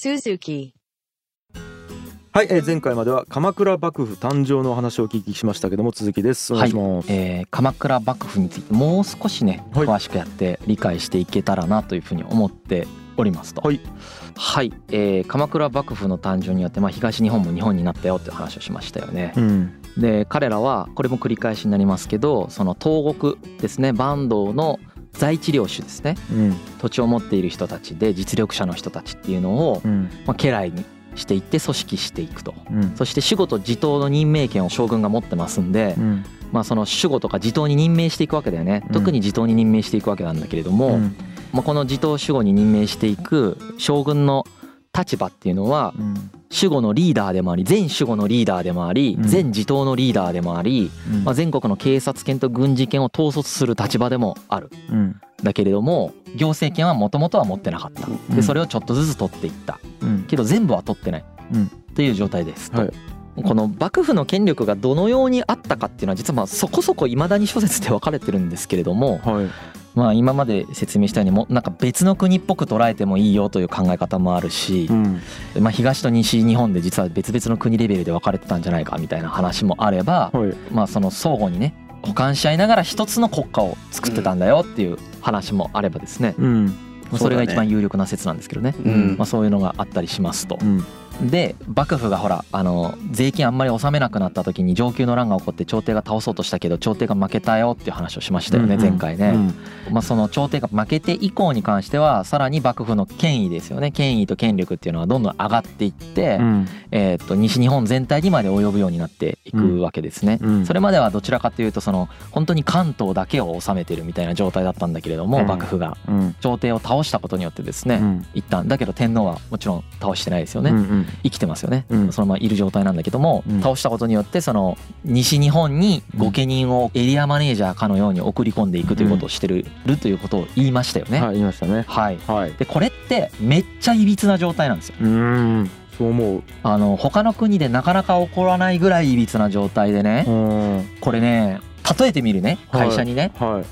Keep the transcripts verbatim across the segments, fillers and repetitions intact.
Suzuki。 はい、えー、前回までは鎌倉幕府誕生のお話をお聞きしましたけども、続きです。お願いします。 はい、えー、鎌倉幕府についてもう少しね、はい、詳しくやって理解していけたらなというふうに思っておりますと。はい、はい、えー、鎌倉幕府の誕生によって、まあ、東日本も日本になったよっていう話をしましたよね。うん、で彼らはこれも繰り返しになりますけど、その東国ですね、坂東の在地領主ですね、うん、土地を持っている人たちで実力者の人たちっていうのを、うんまあ、家来にしていって組織していくと、うん、そして守護と地頭の任命権を将軍が持ってますんで、うんまあ、その守護とか地頭に任命していくわけだよね、うん、特に地頭に任命していくわけなんだけれども、うんまあ、この地頭守護に任命していく将軍の立場っていうのは、うん、守護のリーダーでもあり、全守護のリーダーでもあり、うん、全地頭のリーダーでもあり、うんまあ、全国の警察権と軍事権を統率する立場でもある、うん、だけれども行政権はもともとは持ってなかった。でそれをちょっとずつ取っていった、うん、けど全部は取ってないっていう状態ですと、はい、この幕府の権力がどのようにあったかっていうのは実はまあそこそこいまだに諸説で分かれてるんですけれども、はいまあ、今まで説明したようにもなんか別の国っぽく捉えてもいいよという考え方もあるし、うんまあ、東と西日本で実は別々の国レベルで分かれてたんじゃないかみたいな話もあれば、はいまあ、その相互にね補完し合いながら一つの国家を作ってたんだよっていう話もあればですね、うん、それが一番有力な説なんですけどね、うんまあ、そういうのがあったりしますと。うんで幕府がほらあの税金あんまり納めなくなった時に承久の乱が起こって朝廷が倒そうとしたけど朝廷が負けたよっていう話をしましたよね、前回ね、うんまあ、その朝廷が負けて以降に関してはさらに幕府の権威ですよね、権威と権力っていうのはどんどん上がっていって、うんえー、と西日本全体にまで及ぶようになっていくわけですね、うん、それまではどちらかというとその本当に関東だけを治めてるみたいな状態だったんだけれども、うん、幕府が朝廷を倒したことによってですね、うん、一旦だけど天皇はもちろん倒してないですよね、うんうん生きてますよね、うん、そのままいる状態なんだけども、うん、倒したことによってその西日本に御家人をエリアマネージャーかのように送り込んでいくということをしてるということを言いましたよね、 はい、言いましたね、 はいはい、でこれってめっちゃいびつな状態なんですよ。うーんそう思う。 あの他の国でなかなか起こらないぐらいいびつな状態でね、これね例えてみるね、会社にね、はいはい、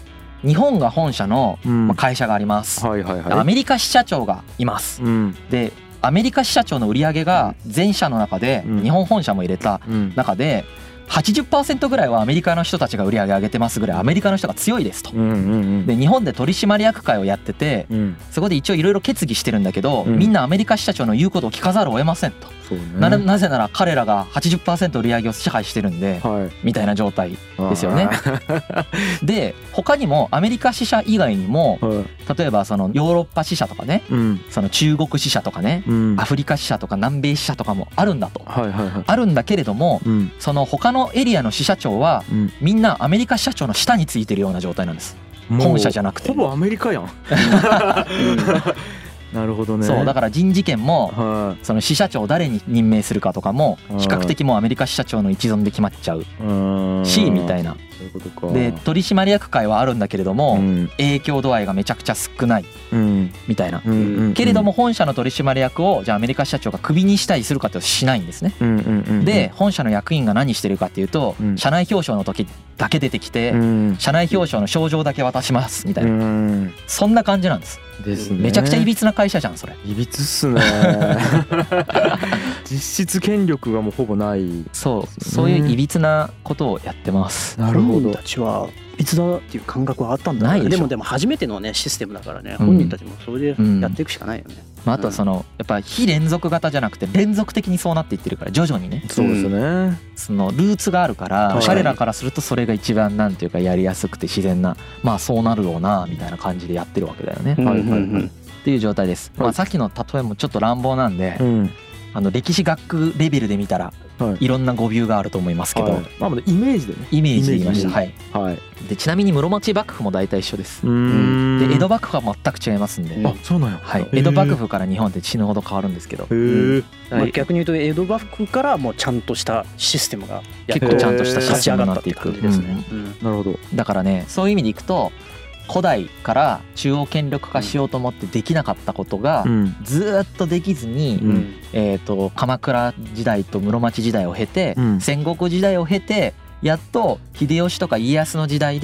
日本が本社の会社があります、うんはいはいはい、アメリカ支社長がいます、うん、でアメリカ支社長の売り上げが全社の中で日本本社も入れた中で はちじゅっパーセント ぐらいはアメリカの人たちが売り上げ上げてますぐらいアメリカの人が強いですと。で日本で取締役会をやっててそこで一応いろいろ決議してるんだけどみんなアメリカ支社長の言うことを聞かざるを得ませんと。な, なぜなら彼らが はちじゅっパーセント 売り上げを支配してるんで、はい、みたいな状態ですよね。で他にもアメリカ支社以外にも、はい、例えばそのヨーロッパ支社とかね、うん、その中国支社とかね、うん、アフリカ支社とか南米支社とかもあるんだと、はいはいはい、あるんだけれども、うん、その他のエリアの支社長は、うん、みんなアメリカ支社長の下についてるような状態なんです。本社じゃなくてほぼアメリカやん。なるほどね。 そうだから人事権もその支社長を誰に任命するかとかも比較的もうアメリカ支社長の一存で決まっちゃうしみたいな。で取締役会はあるんだけれども、うん、影響度合いがめちゃくちゃ少ないみたいな、うんうん、けれども本社の取締役をじゃあアメリカ支社長がクビにしたりするかってしないんですね、うんうんうんうん、で本社の役員が何してるかっていうと、うん、社内表彰の時だけ出てきて、うん、社内表彰の賞状だけ渡しますみたいな、うん、そんな感じなんですですね。 めちゃくちゃいびつな会社じゃんそれ。 いびつっすね。実質権力がもうほぼない。 そうそういういびつなことをやってます。 なるほど。本人たちはいつだっていう感覚はあったんだないでしょ。でもでも初めてのねシステムだからね、うん、本人たちもそれでやっていくしかないよね、 うんまあ、あとはそのやっぱ非連続型じゃなくて連続的にそうなっていってるから徐々にね。 そうですね。 そのルーツがあるから彼らからするとそれが一番なんていうかやりやすくて自然なまあそうなるよなみたいな感じでやってるわけだよね、はいはいはい、っていう状態です、まあ、さっきの例えもちょっと乱暴なんで、うん、あの歴史学レベルで見たらいろんな語ビューがあると思いますけど、はいまあ、イメージでねイメージで言いました。はい、はい、でちなみに室町幕府も大体一緒です。うんで江戸幕府は全く違いますんで、 あそうなんや、 はい、江戸幕府から日本って死ぬほど変わるんですけど、 うんまあ、逆に言うと江戸幕府からもうちゃんとしたシステムが結構ちゃんとしたシステムになっていくですね。 なるほど。 だからねそういう意味でいくと古代から中央権力化しようと思ってできなかったことがずっとできずに、うんえー、と鎌倉時代と室町時代を経て、うん、戦国時代を経てやっと秀吉とか家康の時代で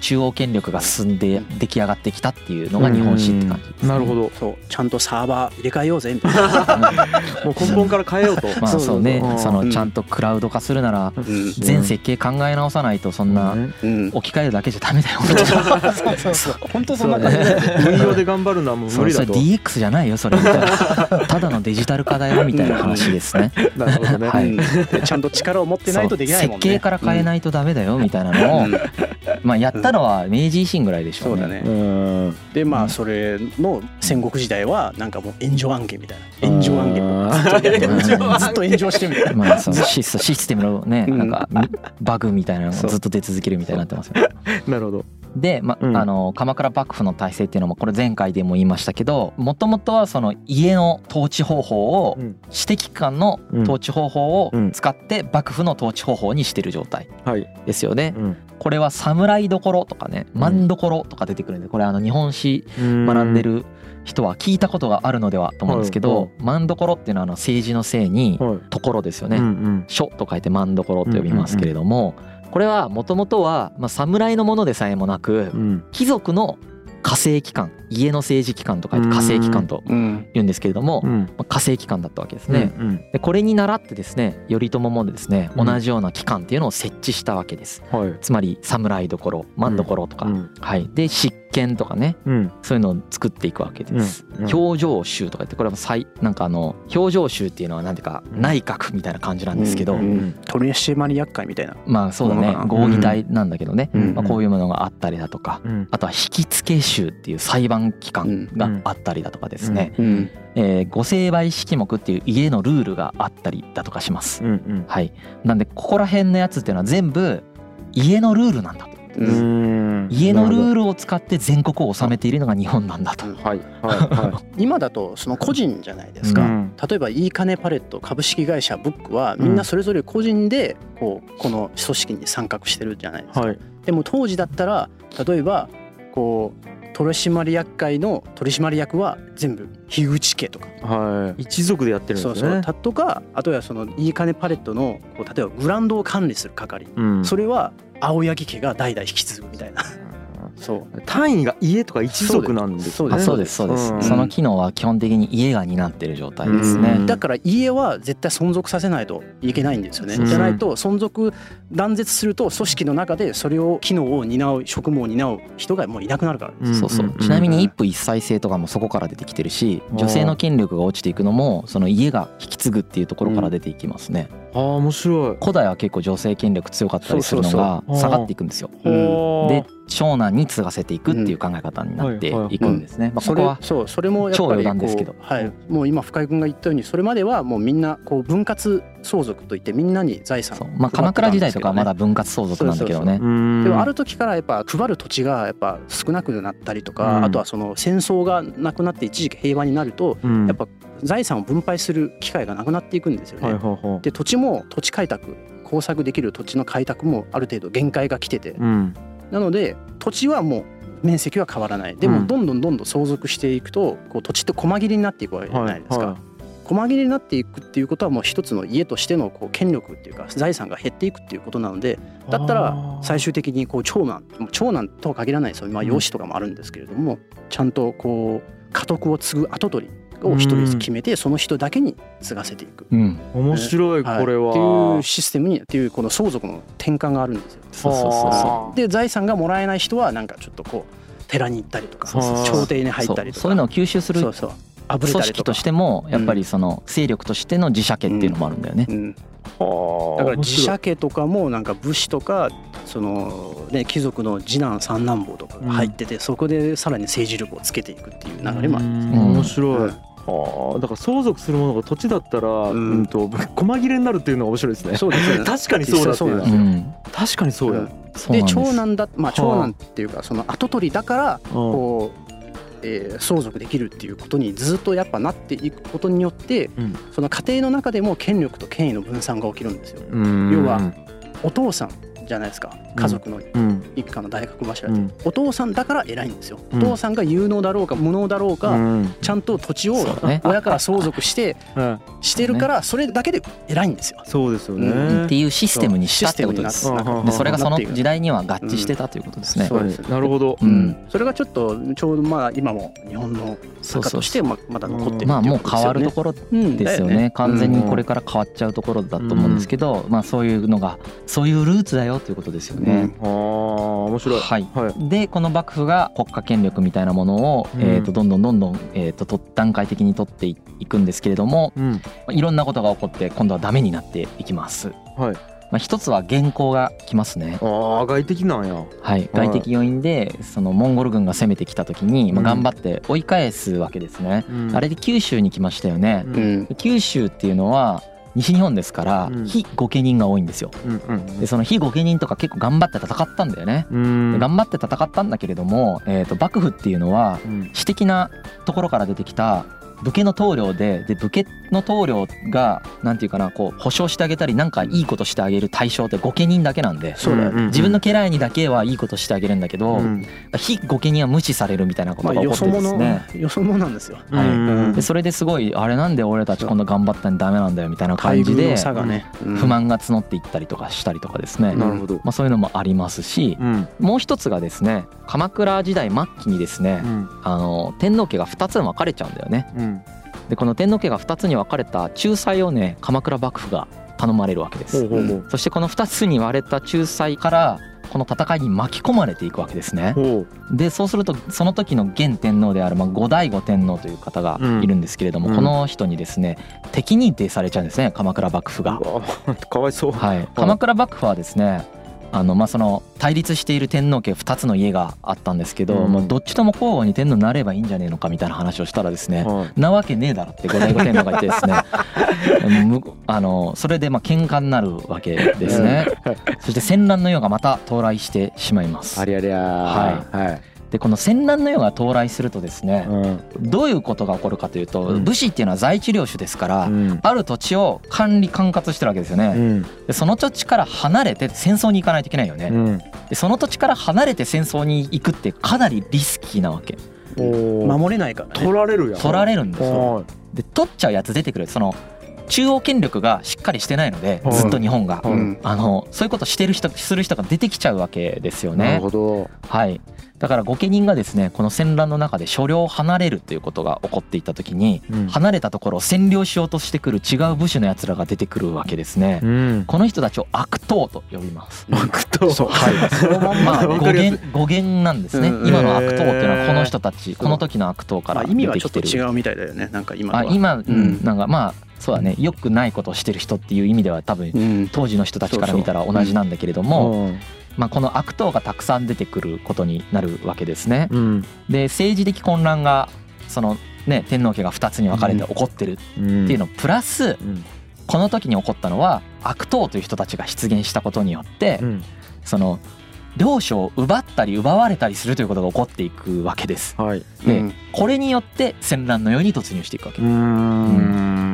中央権力が進んで出来上がってきたっていうのが日本史って感じです、ね、 なるほど。 そうちゃんとサーバー入れ替えようぜみたいなもう根本から変えようとまあそうね、そのちゃんとクラウド化するなら全設計考え直さないと、そんな置き換えるだけじゃダメだよみたいな。 そうそうそう本当そんな感じで運用で頑張るのはもう無理だと。 それ ディーエックス じゃないよそれみたいな、ただのデジタル化だよみたいな話ですね。 なるほどね、 はい、 ちゃんと力を持ってないとできないもんね。 設計から変えないとダメだよみたいなのを、まあやったのは明治維新ぐらいでしょうね。 そうだね。うんでまあそれの戦国時代はなんかもう炎上案件みたいな、炎上案件もずっとやってる、ずっと炎上してみたいな、 まあそのシスシステムのねなんかバグみたいなのがずっと出続けるみたいになってますよね。 なるほど。 で、まあの鎌倉幕府の体制っていうのもこれ前回でも言いましたけど、もともとはその家の統治方法を私的機関の統治方法を使って幕府の統治方法にしてる状態ですよね。これは侍どころとかね、万どころとか出てくるんで、これあの日本史学んでる人は聞いたことがあるのではと思うんですけど、万どころっていうのはあの政治のせいにところですよね。書と書いて万どころと呼びますけれども、これはもともとはまあ侍のものでさえもなく、貴族の家政機関、家の政治機関と書いて家政機関と言うんですけれども、まあ家政機関だったわけですね。でこれに倣ってですね、頼朝もですね同じような機関っていうのを設置したわけです。つまり侍どころ、万どころとか、はい、で執権とかね、そういうのを作っていくわけです。評定衆とか言って、これは最なんかあの評定衆っていうのはなんていうか内閣みたいな感じなんですけど、 取締役会みたいな、 まあそうだね、合議体なんだけどね、まあこういうものがあったりだとか、あとは引付衆っていう裁判機関があったりだとかですね、えー、ご成敗式目っていう家のルールがあったりだとかします、うんうん、はい、なんでここら辺のやつっていうのは全部家のルールなんだと、うん、家のルールを使って全国を治めているのが日本なんだと、はいはいはい、今だとその個人じゃないですか、うん、例えばいいかねパレット株式会社ブックはみんなそれぞれ個人でこうこの組織に参画してるじゃないですか、はい、でも当時だったら例えばこう取締役会の取締役は全部樋口家とか、 はい、一族でやってるんですね。 そうそうとか、あとはそのいいかねパレットのこう例えばグランドを管理する係、うん、それは青柳家が代々引き継ぐみたいな。 そう単位が家とか一族なんですね。 そうですそうです、うん、その機能は基本的に家が担ってる状態ですね、うん、 だから家は絶対存続させないといけないんですよね、うん、じゃないと存続断絶すると組織の中でそれを機能を担う職務を担う人がもういなくなるから、 うん、そうそう。ちなみに一夫一妻制とかもそこから出てきてるし、女性の権力が落ちていくのもその家が引き継ぐっていうところから出ていきますね、 うん、ああ面白い。 古代は結構女性権力強かったりするのが下がっていくんですよ。で長男に継がせていくっていう考え方になっていくんですね。まあここは超余談ですけど、 はい、もう今深井君が言ったようにそれまではもうみんなこう分割相続といってみんなに財産を配ってたんですけどね。まあ鎌倉時代とかはまだ分割相続なんだけどね。 でもある時からやっぱ配る土地がやっぱ少なくなったりとか、あとはその戦争がなくなって一時期平和になるとやっぱ財産を分配する機会がなくなっていくんですよね。で土地も土地開拓工作できる土地の開拓もある程度限界が来てて、うん、なので土地はもう面積は変わらない。でもどんどんどんどん相続していくとこう土地って細切りになっていくわけじゃないですか、はいはい、細切りになっていくっていうことはもう一つの家としてのこう権力っていうか財産が減っていくっていうことなので、だったら最終的にこう長男長男とは限らないですよ、まあ、養子とかもあるんですけれども、うん、ちゃんとこう家督を継ぐ跡取りを一人決めてその人だけに継がせていく、うん、 面白いこれは、 はい、っていうシステムにっていうこの相続の転換があるんですよ。そうそうそうそう。で財産がもらえない人はなんかちょっとこう寺に行ったりとか朝廷に入ったりとか、 そういうのを吸収する組織としてもやっぱりその勢力としての自社家っていうのもあるんだよね、うんうん、 だから自社家とかもなんか武士とかその、ね、貴族の次男三男坊とかが入ってて、うん、そこでさらに政治力をつけていくっていう流れもありますね。 面白い、うん、あだから相続するものが土地だったら、うんうん、と細切れになるっていうのが面白いですね。 そうですね確かにそうだっていう、うん、確かにそうや、うん、 で長男だ、まあ、長男っていうかその跡取りだからこう、えー、相続できるっていうことにずっとやっぱなっていくことによって、うん、その家庭の中でも権力と権威の分散が起きるんですよ。要はお父さんじゃないですか、家族の一家の大黒柱で、うん、お父さんだから偉いんですよ。お父さんが有能だろうか無能だろうか、うん、ちゃんと土地を親から相続して、ね、してるからそれだけで偉いんですよ。 そうですよね、うん、っていうシステムにしたってことです。でそれがその時代には合致してたということですね。 うん、そうです。なるほど、 うん、それがちょっとちょうどまあ今も日本の文化としてまだ残ってるっていうことですよね。 まあもう変わるところですよね、うん、ね完全にこれから変わっちゃうところだと思うんですけど、うん、まあそういうのがそういうルーツだよということですよね。 うん、ああ面白い。 はい、はい、でこの幕府が国家権力みたいなものを、うん、えーとどんどんどんどん、えーと段階的に取っていくんですけれども、うん、いろんなことが起こって今度はダメになっていきます。 はい。 まあ、一つは元寇が来ますね。 ああ外敵なんや。 はい、外敵要因でそのモンゴル軍が攻めてきた時に、まあ、頑張って追い返すわけですね、うん、あれで九州に来ましたよね、うん、九州っていうのは西日本ですから非御家人が多いんですよ、うんうん、でその非御家人とか結構頑張って戦ったんだよね、うん、頑張って戦ったんだけれども、えーと幕府っていうのは私的なところから出てきた武家の棟梁で、で武家の棟梁がなんていうかなこう保証してあげたりなんかいいことしてあげる対象って御家人だけなんで、そうだよね、自分の家来にだけはいいことしてあげるんだけど、うん、非御家人は無視されるみたいなことが起こってですね、 まあ、よそ者なんですよ、 はい、でそれですごいあれなんで俺たちこんな頑張ったのにダメなんだよみたいな感じで不満が募っていったりとかしたりとかですね、 なるほど、 まあ、そういうのもありますし、うん、もう一つがですね鎌倉時代末期にですね、うん、あの天皇家がふたつに分かれちゃうんだよね、うん、でこの天皇家がふたつに分かれた仲裁をね鎌倉幕府が頼まれるわけです。ほうほうほう。そしてこのふたつに割れた仲裁からこの戦いに巻き込まれていくわけですね。でそうするとその時の現天皇であるまあ後醍醐天皇という方がいるんですけれども、うん、この人にですね敵認定されちゃうんですね鎌倉幕府が。 かわいそう。 はい、鎌倉幕府はですねあのまあその対立している天皇家ふたつの家があったんですけど、うん、もうどっちとも交互に天皇になればいいんじゃねえのかみたいな話をしたらですね、はい、なわけねえだろって後醍醐天皇が言ってですねあのそれでまあ喧嘩になるわけですねそして戦乱の世がまた到来してしまいます。 ありゃりゃ、 はいはい、でこの戦乱の世が到来するとですね、うん、どういうことが起こるかというと、うん、武士っていうのは在地領主ですから、うん、ある土地を管理管轄してるわけですよね、うん、でその土地から離れて戦争に行かないといけないよね、うん、でその土地から離れて戦争に行くってかなりリスキーなわけ。 守れないからね。 取られるやん。 取られるんですよ。で取っちゃうやつ出てくる。その中央権力がしっかりしてないのでずっと日本が、うん、あのそういうことしてる人する人が出てきちゃうわけですよね。 なるほど。 はい。だから御家人がですねこの戦乱の中で所領を離れるということが起こっていった時に、うん、離れたところを占領しようとしてくる違う武士のやつらが出てくるわけですね、うん、この人たちを悪党と呼びます。 悪党。 そう、はい、そのまんま語源語源なんですね、うん、今の悪党っていうのはこの人たちこの時の悪党から出てきてる。 意味はちょっと違うみたいだよねなんか今は。 あ今、うん、なんかまあそうだね良くないことをしてる人っていう意味では多分当時の人たちから見たら同じなんだけれども、まあこの悪党がたくさん出てくることになるわけですね。で政治的混乱がそのね天皇家がふたつに分かれて起こってるっていうのプラスこの時に起こったのは悪党という人たちが出現したことによってその領主を奪ったり奪われたりするということが起こっていくわけです。 はい、 で、うん、これによって戦乱の世に突入していくわけ。うーん、うん、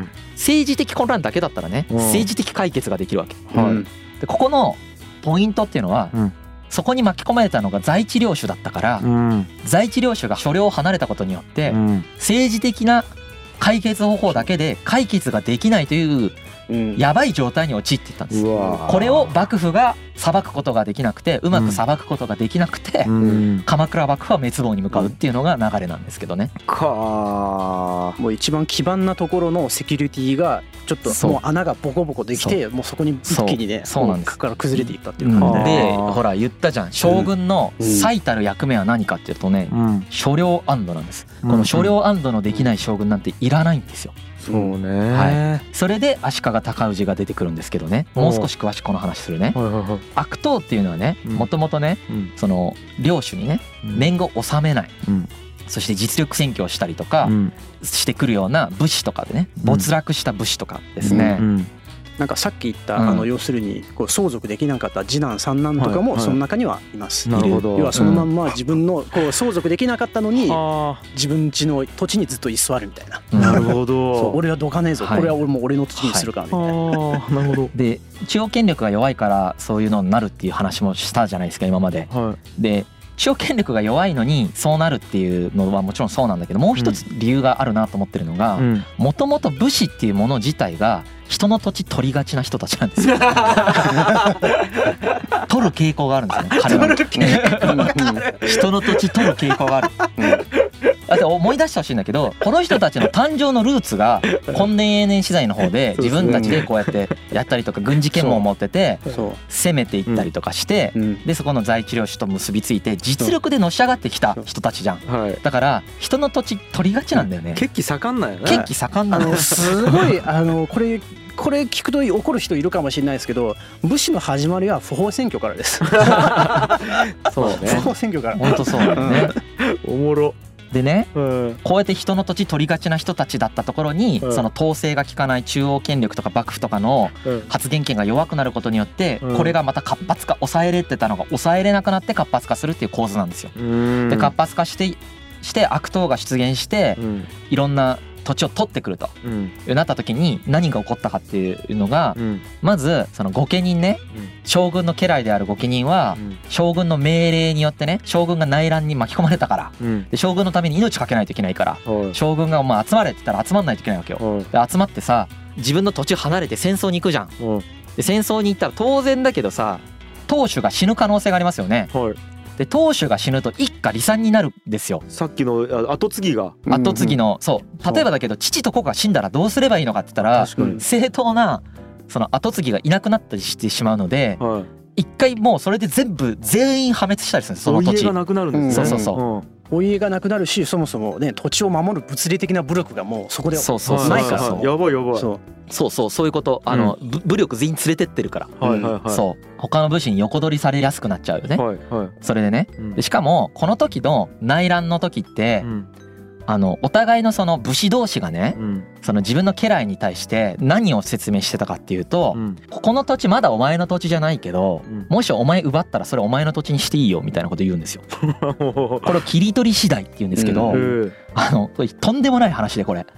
政治的混乱だけだったらね政治的解決ができるわけ。はい、でここのポイントっていうのは、うん、そこに巻き込まれたのが在地領主だったから、うん、在地領主が所領を離れたことによって、うん、政治的な解決方法だけで解決ができないというやばい状態に陥っていったんです。これを幕府が裁くことができなくてうまく裁くことができなくて、うん、鎌倉幕府は滅亡に向かうっていうのが流れなんですけどね。 かもう一番基盤なところのセキュリティがちょっともう穴がボコボコできてもうそこに一気にねそうなんですから崩れていったっていう感じで、でほら言ったじゃん将軍の最たる役目は何かっていうとね、うん、所領安堵なんです。この所領安堵のできない将軍なんていらないんですよ。 そうね、 はい、それで足利尊氏が出てくるんですけどねもう少し詳しくこの話するね。悪党っていうのはねもともとね、うん、その領主にね年貢を納めない、うん、そして実力占拠をしたりとかしてくるような武士とかでね没落した武士とかですね、うんうん、 なんかさっき言った、うん、あの要するにこう相続できなかった次男三男とかもその中にはいます、はいはい、いる。要はそのまんま自分のこう相続できなかったのに、うん、自分家の土地にずっと居座るみたいな。 なるほど。 そう俺はどかねえぞ、はい、これは俺も俺の土地にするからみたいな、 はい、あなるほど。 で中央権力が弱いからそういうのになるっていう話もしたじゃないですか今まで、はい、で中央権力が弱いのにそうなるっていうのはもちろんそうなんだけど、もう一つ理由があるなと思ってるのが、もともと武士っていうもの自体が人の土地取りがちな人たちなんですよ。取る傾向があるんですね彼は。人の土地取る傾向がある。だって思い出してほしいんだけど、この人たちの誕生のルーツが墾田永年私財の方で自分たちでこうやってやったりとか軍事権も持ってて攻めていったりとかして、でそこの在地領主と結びついて実力でのし上がってきた人たちじゃん。だから人の土地取りがちなんだよね。 血気盛んなんやね。 血気盛んなの。 すごいあのこれこれ聞くと怒る人いるかもしれないですけど、武士の始まりは不法占拠からです。 そうね。 不法占拠から。 本当そうだよね。 おもろ。 でね、うん、こうやって人の土地取りがちな人たちだったところに、うん、その統制が効かない中央権力とか幕府とかの発言権が弱くなることによって、うん、これがまた活発化、抑えれてたのが抑えれなくなって活発化するっていう構図なんですよ。で活発化してして悪党が出現して、うん、いろんな土地を取ってくると、うん、なった時に何が起こったかっていうのが、うん、まずその御家人ね、うん、将軍の家来である御家人は、うん、将軍の命令によってね、将軍が内乱に巻き込まれたから、うん、で将軍のために命かけないといけないから、うん、将軍がまあ集まれって言ったら集まんないといけないわけよ、うん、で集まってさ自分の土地を離れて戦争に行くじゃん、うん、で戦争に行ったら当然だけどさ当主が死ぬ可能性がありますよね、はい、で当主が死ぬと一家離散になるんですよ。 さっきの後継ぎが後継ぎの、そう例えばだけど父と子が死んだらどうすればいいのかって言ったら正当なその後継ぎがいなくなったりしてしまうので、はい、一回もうそれで全部全員破滅したりするんです。その土地お家がなくなるんですね。 そうそうそう、うんお家がなくなるし、そもそもね土地を守る物理的な武力がもうそこでないから、 やばいやばい、 そうそうそうそういうこと、あの、うん、武力全員連れてってるから、はいはいはい、そう他の武士に横取りされやすくなっちゃうよね、はいはい、それでね、うん、でしかもこの時の内乱の時って、うん、あのお互いのその武士同士がね、うん、その自分の家来に対して何を説明してたかっていうと、うん、ここの土地まだお前の土地じゃないけど、うん、もしお前奪ったらそれお前の土地にしていいよみたいなこと言うんですよ。これを切り取り次第って言うんですけど、うん、あのとんでもない話でこれ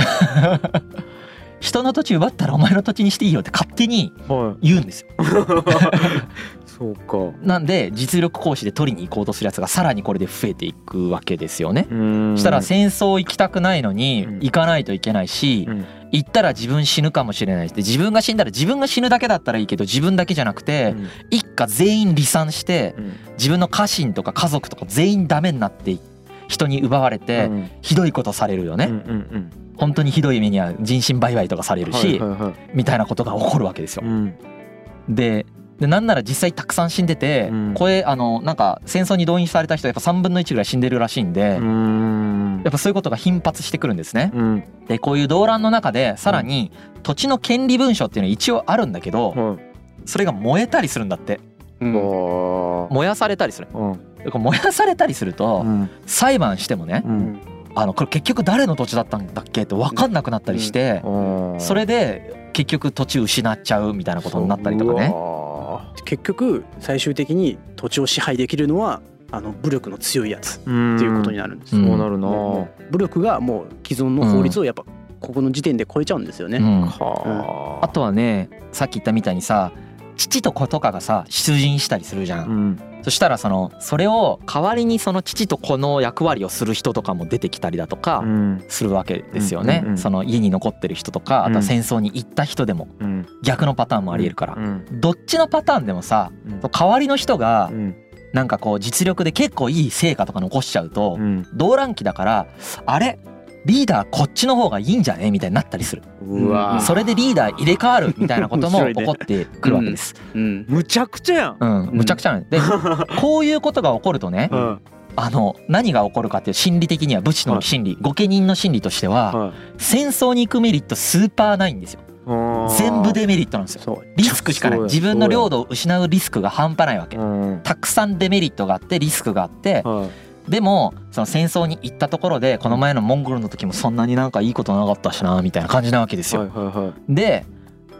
人の土地奪ったらお前の土地にしていいよって勝手に言うんですよ。 そうか。 なんで実力行使で取りに行こうとするやつがさらにこれで増えていくわけですよね。そしたら戦争行きたくないのに行かないといけないし、うん、行ったら自分死ぬかもしれないし、で自分が死んだら自分が死ぬだけだったらいいけど自分だけじゃなくて、うん、一家全員離散して、うん、自分の家臣とか家族とか全員ダメになって人に奪われて、うん、ひどいことされるよね、うんうんうん、本当にひどい目には人身売買とかされるし、はいはいはい、みたいなことが起こるわけですよ、うん、ででなんなら実際たくさん死んでて、うん、これあのなんか戦争に動員された人やっぱさんぶんのいちぐらい死んでるらしいんで、うんやっぱそういうことが頻発してくるんですね、うん、でこういう動乱の中でさらに土地の権利文書っていうのは一応あるんだけど、うん、それが燃えたりするんだって、うん、燃やされたりする、うん、でこれ燃やされたりすると、うん、裁判してもね、うんあのこれ結局誰の土地だったんだっけって分かんなくなったりして、うんうん、それで結局土地失っちゃうみたいなことになったりとかね。 結局最終的に土地を支配できるのはあの武力の強いやつっていうことになるんです。 そうなるな。 武力がもう既存の法律をやっぱここの時点で超えちゃうんですよね、うんうん、 あとはねさっき言ったみたいにさ父と子とかがさ出陣したりするじゃん、うん、そしたらそのそれを代わりにその父と子の役割をする人とかも出てきたりだとかするわけですよね、うんうんうん、その家に残ってる人とかあとは戦争に行った人でも、うん、逆のパターンもありえるから、うん、どっちのパターンでもさ、うん、代わりの人がなんかこう実力で結構いい成果とか残しちゃうと、うん、動乱期だからあれリーダーこっちの方がいいんじゃねみたいになったりする。うわそれでリーダー入れ替わるみたいなことも起こってくるわけです、 うんうん、むちゃくちゃやん、 うん、むちゃくちゃなんでこういうことが起こるとね、うん、あの何が起こるかっていう心理的には武士の心理、はい、御家人の心理としては、はい、戦争に行くメリットスーパーないんですよ。全部デメリットなんですよ。リスクしかない。自分の領土を失うリスクが半端ないわけ。たくさんデメリットがあってリスクがあって、はい、でもその戦争に行ったところでこの前のモンゴルの時もそんなになんかいいことなかったしなみたいな感じなわけですよ、はいはいはい、で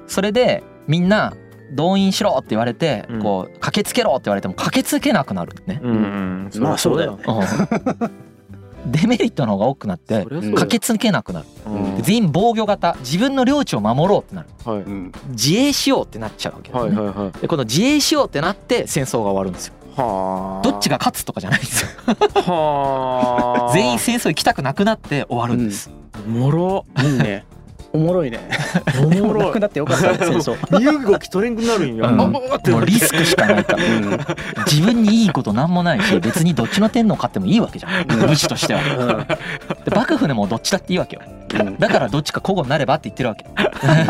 それでみんな動員しろって言われて、うん、こう駆けつけろって言われても駆けつけなくなるね。 うん、まあそうだよね。 デメリットの方が多くなって駆けつけなくなる、うん、全員防御型、自分の領地を守ろうってなる、はい、自衛しようってなっちゃうわけですね、はいはいはい、でこの自衛しようってなって戦争が終わるんですよ。はどっちが勝つとかじゃないんですよ。は全員戦争行きたくなくなって終わるんです、 うん、おもろいいね。おもろいね。おもろい。なくなってよかったね、戦争。 身動き取れんくなるんや。うん、 もうリスクしかないから、うん、自分にいいことなんもないし、別にどっちの天皇勝ってもいいわけじゃん、武士としては、うん、で幕府でもどっちだっていいわけよ、うん、だからどっちか古語になればって言ってるわけ。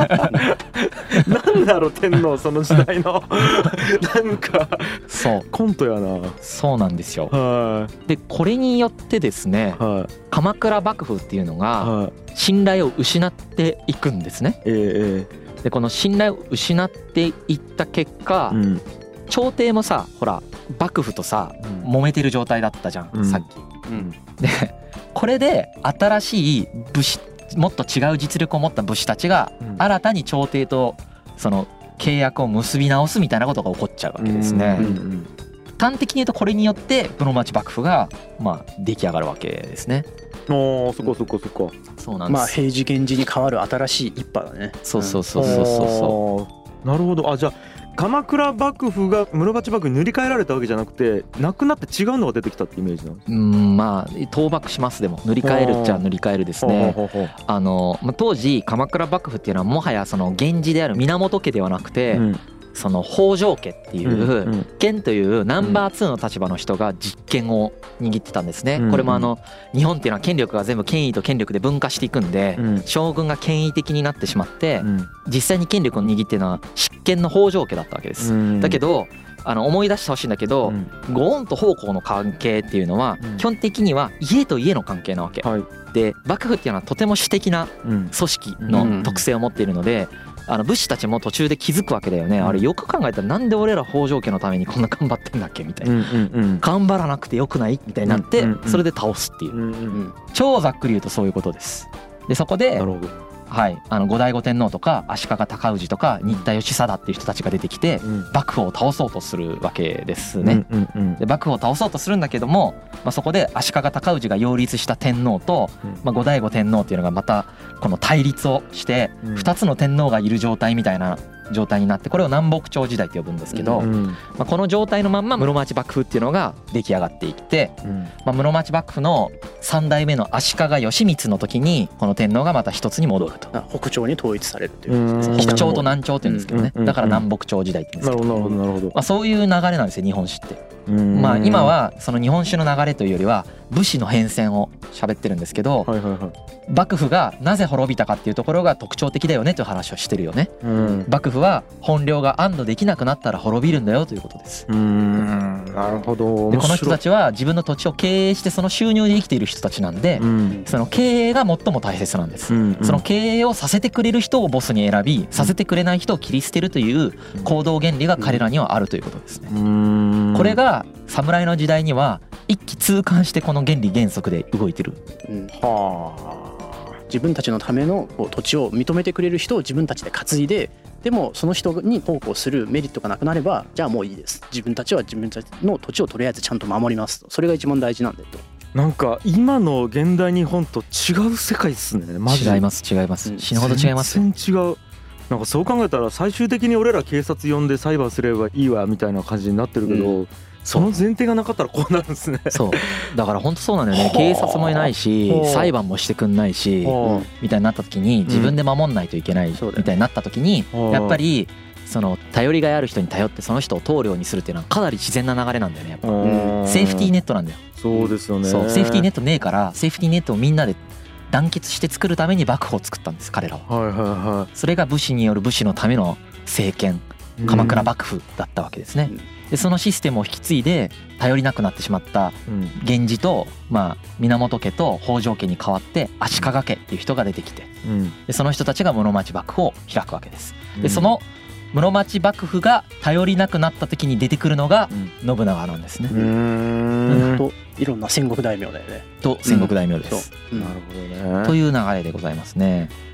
なんだろう天皇その時代のなんかそうコントやな。 そうなんですよ。でこれによってですね、はい、鎌倉幕府っていうのが信頼を失っていくんですね、えー、でこの信頼を失っていった結果、うん、朝廷もさほら幕府とさ、うん、揉めてる状態だったじゃん、うん、さっき、うん、でこれで新しい武士もっと違う実力を持った武士たちが新たに朝廷とその契約を結び直すみたいなことが起こっちゃうわけですね、うんうんうん、端的に言うとこれによって室町幕府がまあ出来上がるわけですね。 ああそこそこそこ。 そうなんです。 まあ平治源氏に変わる新しい一派だね。 そうそうそうそうそうそう。なるほど。あじゃあ鎌倉幕府が室町幕府に塗り替えられたわけじゃなくてなくなって違うのが出てきたってイメージなんですか。 うんまあ倒幕します。でも塗り替えるっちゃ塗り替えるですね。あの当時鎌倉幕府っていうのはもはやその源氏である源家ではなくて、うんその北条家っていう権というナンバーツーの立場の人が実権を握ってたんですね。これもあの日本っていうのは権力が全部権威と権力で分化していくんで将軍が権威的になってしまって実際に権力を握ってるのは執権の北条家だったわけです。だけどあの思い出してほしいんだけど御恩と奉公の関係っていうのは基本的には家と家の関係なわけで幕府っていうのはとても私的な組織の特性を持っているのであの武士たちも途中で気づくわけだよね。あれよく考えたらなんで俺ら北条家のためにこんな頑張ってんだっけみたいな、うんうんうん、頑張らなくてよくないみたいになってそれで倒すっていう、うんうん、超ざっくり言うとそういうことです。でそこではい、あの後醍醐天皇とか足利尊氏とか新田義貞っていう人たちが出てきて幕府を倒そうとするわけですね。で幕府を倒そうとするんだけども、まあ、そこで足利尊氏が擁立した天皇と、まあ、後醍醐天皇っていうのがまたこの対立をしてふたつの天皇がいる状態みたいな状態になってこれを南北朝時代と呼ぶんですけど、まあ、この状態のまんま室町幕府っていうのが出来上がっていって、まあ、室町幕府のさん代目の足利義満の時にこの天皇がまた一つに戻ると。 北朝に統一されるということです。 北朝と南朝って言うんですけどね、だから南北朝時代って言うんですけど、 なるほどなるほど、 まあ、そういう流れなんですよ日本史って。まあ今はその日本史の流れというよりは武士の変遷を喋ってるんですけど、はいはいはい、幕府がなぜ滅びたかっていうところが特徴的だよねという話をしてるよね、うん、幕府は本領が安堵できなくなったら滅びるんだよということです。 うーんなるほど。 でこの人たちは自分の土地を経営してその収入で生きている人たちなんで、うん、その経営が最も大切なんです、うんうん、その経営をさせてくれる人をボスに選びさせてくれない人を切り捨てるという行動原理が彼らにはあるということですね。うんこれが侍の時代には一気通貫してこの原理原則で動いてる、うん、はあ自分たちのための土地を認めてくれる人を自分たちで担いででもその人に奉公するメリットがなくなればじゃあもういいです自分たちは自分たちの土地をとりあえずちゃんと守りますとそれが一番大事なんだと。 なんか今の現代日本と違う世界ですね。マジ違います違います、うん、死ぬほど違います。 全然違う。なんかそう考えたら最終的に俺ら警察呼んで裁判すればいいわみたいな感じになってるけど、うん、その前提がなかったらこうなるんですね。 そうだから本当そうなんだよね。警察もいないし裁判もしてくんないしみたいになった時に自分で守んないといけないみたいになった時にやっぱりその頼りがいある人に頼ってその人を棟梁にするっていうのはかなり自然な流れなんだよね。やっぱセーフティーネットなんだよ。 そうですよね。 そうセーフティーネットねえからセーフティーネットをみんなで団結して作るために幕府を作ったんです彼らは、はいはいはい、それが武士による武士のための政権鎌倉幕府だったわけですね。でそのシステムを引き継いで頼りなくなってしまった源氏と、まあ、源家と北条家に代わって足利家っていう人が出てきて、でその人たちが室町幕府を開くわけです。でその室町幕府が頼りなくなった時に出てくるのが信長なんですね。うーんといろんな戦国大名だよね。 と戦国大名です。 うん、なるほどね。 という流れでございますね。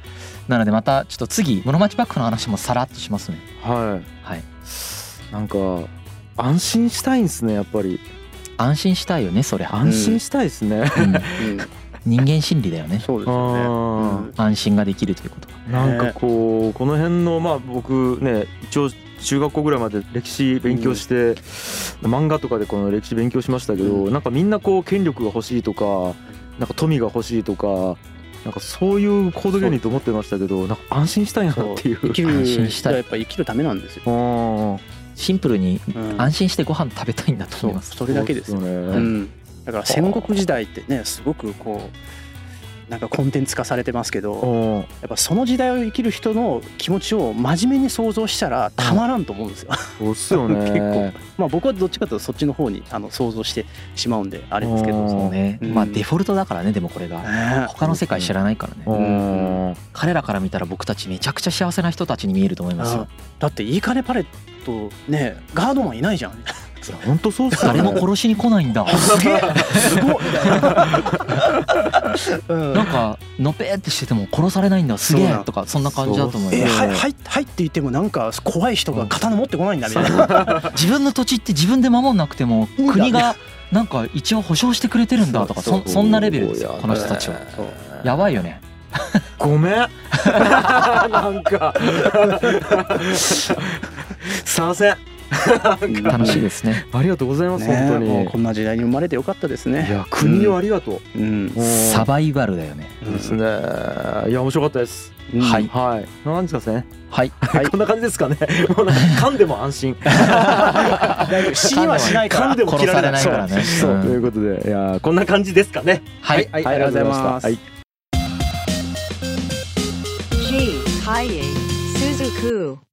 なのでまたちょっと次室町幕府の話もさらっとしますね。 はいはい。 なんか安心したいんですね、やっぱり。 安心したいよね、そりゃ。 安心したいですね、 うん、人間心理だよね。 そうですよね、うん、 安心ができるということが。なんかこうこの辺のまあ僕ね一応中学校ぐらいまで歴史勉強して、うん、漫画とかでこの歴史勉強しましたけど、うん、なんかみんなこう権力が欲しいとかなんか富が欲しいとかなんかそういう行動原理と思ってましたけど、なんか安心したいなっていう。 生きる安心したい。 やっぱ生きるためなんですよ。 シンプルに安心してご飯食べたいんだと思います。 うん、そ, それだけですよね。うん、だから戦国時代ってねすごくこうなんかコンテンツ化されてますけど、やっぱその時代を生きる人の気持ちを真面目に想像したらたまらんと思うんですよ。 そうっすよね。 結構まあ僕はどっちかというとそっちの方にあの想像してしまうんであれですけど、 そうね、うん、まあデフォルトだからね。でもこれが他の世界知らないからね、うん、彼らから見たら僕たちめちゃくちゃ幸せな人たちに見えると思いますよ。 だっていい金パレットねガードマンいないじゃん。 本当そうっすよね。 誰も殺しに来ないんだ。 すげえすごいみたいな。なんかのぺーってしてても殺されないんだすげえとかそんな感じだと思う。 えはいはいはいって言ってもなんか怖い人が刀持ってこないんだみたいな。 自分の土地って自分で守んなくても国がなんか一応保証してくれてるんだとか そ, そんなレベルですよこの人たちは。やばいよね。 ごめん。なんかすいません。 楽しいですね。 ありがとうございます、ね、本当にこんな時代に生まれてよかったですね。 いや国をありがとう、 うんうん、サバイバルだよね。 ですね。いや面白かったです、 うん、はいはいこんな感じですかね。 はい、 はい、こんな感じですかね。もうなんか噛んでも安心。 死にはしないから噛んでも切られないからね。 そう、うん、ということでいやこんな感じですかね。 はい、 はい、はい、ありがとうございました。はい。 G ハイエイスズク